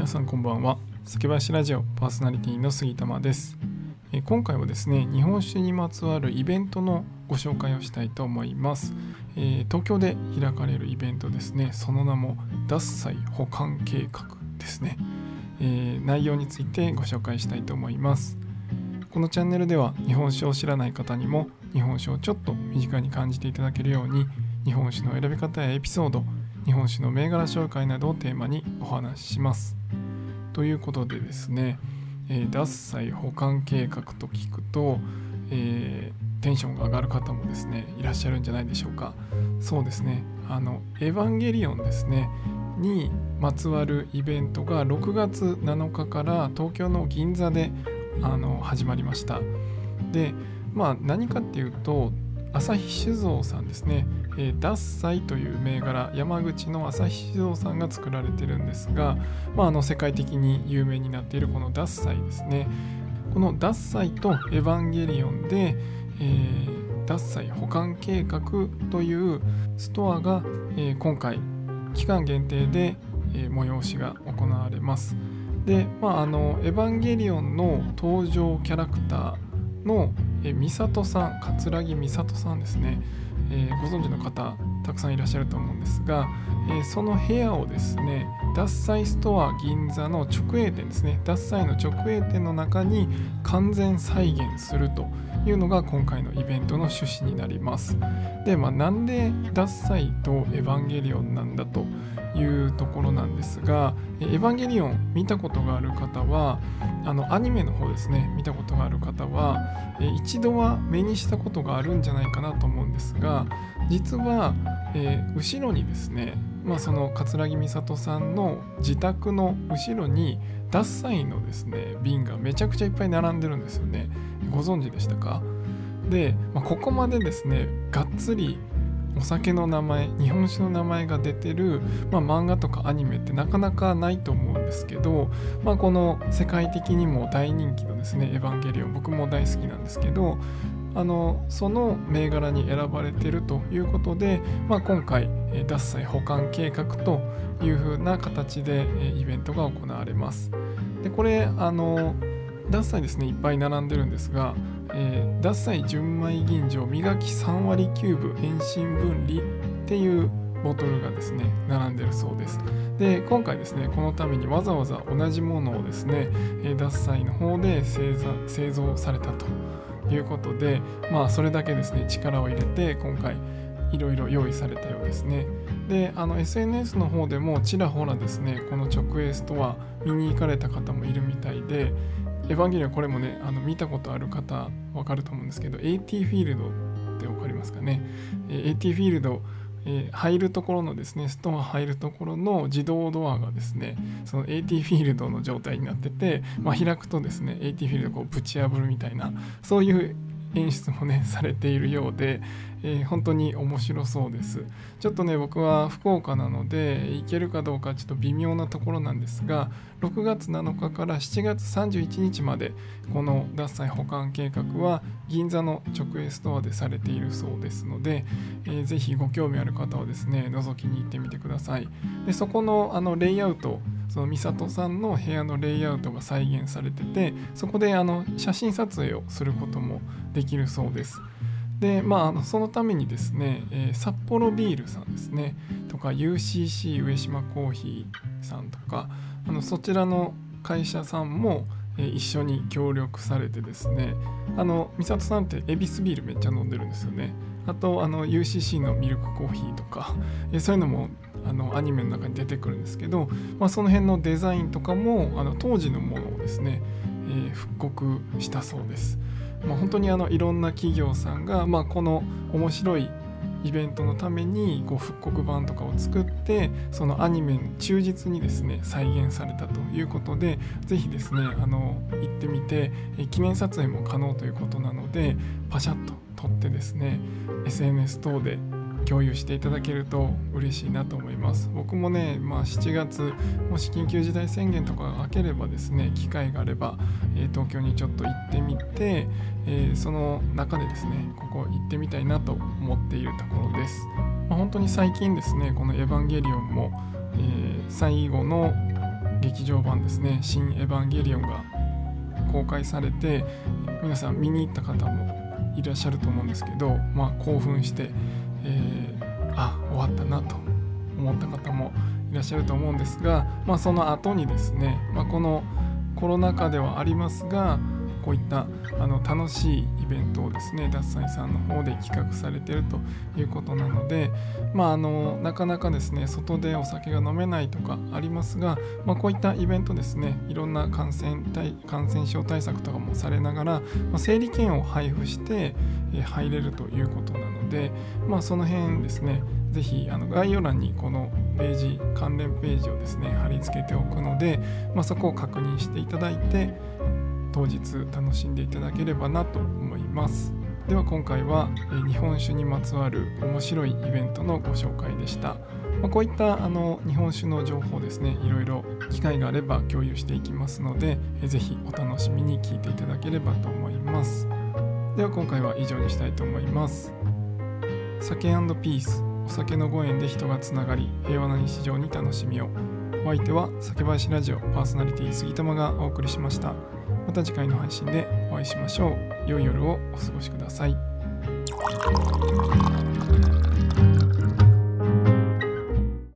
皆さんこんばんは。酒林ラジオパーソナリティの杉玉です。今回はですね、日本酒にまつわるイベントのご紹介をしたいと思います。東京で開かれるイベントですね。その名も獺祭保管計画ですね。内容についてご紹介したいと思います。このチャンネルでは日本酒を知らない方にも日本酒をちょっと身近に感じていただけるように、日本酒の選び方やエピソード、日本酒の銘柄紹介などをテーマにお話しします。ということでですね、獺祭保管計画と聞くと、テンションが上がる方もですねいらっしゃるんじゃないでしょうか。そうですね、エヴァンゲリオンですねにまつわるイベントが6月7日から東京の銀座で始まりました。で、何かっていうと、朝日酒造さんですね、獺祭という銘柄、山口の朝日酒造さんが作られてるんですが、世界的に有名になっているこの獺祭ですね。この獺祭とエヴァンゲリオンで、獺祭保管計画というストアが、今回期間限定で、催しが行われます。で、エヴァンゲリオンの登場キャラクターの美里さん、桂木美里さんですね、ご存知の方たくさんいらっしゃると思うんですが、その部屋をですね、獺祭ストア銀座の直営店ですね、獺祭の直営店の中に完全再現するというのが今回のイベントの趣旨になります。で、なんで獺祭とエヴァンゲリオンなんだというところなんですが、エヴァンゲリオン見たことがある方は、アニメの方ですね、見たことがある方は、一度は目にしたことがあるんじゃないかなと思うんですが、実は、後ろにですね、その桂木美里さんの自宅の後ろに獺祭のですね瓶がめちゃくちゃいっぱい並んでるんですよね。ご存知でしたか？で、ここまでですねがっつりお酒の名前、日本酒の名前が出てる、漫画とかアニメってなかなかないと思うんですけど、この世界的にも大人気のですねエヴァンゲリオン、僕も大好きなんですけど、その銘柄に選ばれているということで、今回獺祭保管計画という風な形でイベントが行われます。で、これ獺祭ですねいっぱい並んでるんですが、獺祭純米吟醸磨き3割キューブ遠心分離っていうボトルがですね並んでるそうです。で、今回ですねこのためにわざわざ同じものをですね獺祭の方で製造されたということで、それだけですね力を入れて今回いろいろ用意されたようですね。で、SNS の方でもちらほらですねこの直営ストア見に行かれた方もいるみたいで、エヴァンゲリオンこれもね見たことある方わかると思うんですけど、 AT フィールドってわかりますかね。AT フィールド、入るところのですねストア入るところの自動ドアがですねその AT フィールドの状態になってて、開くとですね AT フィールドをこうぶち破るみたいな、そういう演出もねされているようで、本当に面白そうです。ちょっとね僕は福岡なので行けるかどうかちょっと微妙なところなんですが、6月7日から7月31日までこの獺祭保管計画は銀座の直営ストアでされているそうですので、ぜひご興味ある方はですね覗きに行ってみてください。で、そこのレイアウト、その美里さんの部屋のレイアウトが再現されてて、そこで写真撮影をすることもできるそうです。で、そのためにですね、札幌ビールさんですねとか UCC 上島コーヒーさんとかそちらの会社さんも一緒に協力されてですね、美里さんってエビスビールめっちゃ飲んでるんですよね。あとUCC のミルクコーヒーとか、そういうのもアニメの中に出てくるんですけど、その辺のデザインとかも当時のものをですね、復刻したそうです。本当にいろんな企業さんが、この面白いイベントのためにこう復刻版とかを作って、そのアニメに忠実にですね再現されたということで、ぜひですね行ってみて、記念撮影も可能ということなのでパシャッと撮ってですね SNS 等で共有していただけると嬉しいなと思います。僕もね、7月もし緊急事態宣言とかが明ければですね機会があれば、東京にちょっと行ってみて、その中でですねここ行ってみたいなと思っているところです。本当に最近ですねこのエヴァンゲリオンも、最後の劇場版ですね、新エヴァンゲリオンが公開されて、皆さん見に行った方もいらっしゃると思うんですけど、興奮して、終わったなと思った方もいらっしゃると思うんですが、その後にですね、このコロナ禍ではありますが、こういった楽しいイベントをですね、獺祭さんの方で企画されているということなので、なかなかですね外でお酒が飲めないとかありますが、こういったイベントですね、いろんな感染症対策とかもされながら、整理券を配布して入れるということなので、その辺ですね、ぜひ概要欄にこのページ、関連ページをですね貼り付けておくので、そこを確認していただいて当日楽しんでいただければなと思います。では今回は日本酒にまつわる面白いイベントのご紹介でした。こういった日本酒の情報ですね、いろいろ機会があれば共有していきますので、ぜひお楽しみに聞いていただければと思います。では今回は以上にしたいと思います。酒&ピース、お酒のご縁で人がつながり、平和な日常に楽しみを。お相手は酒林ラジオパーソナリティ杉玉がお送りしました。また次回の配信でお会いしましょう。良い夜をお過ごしください。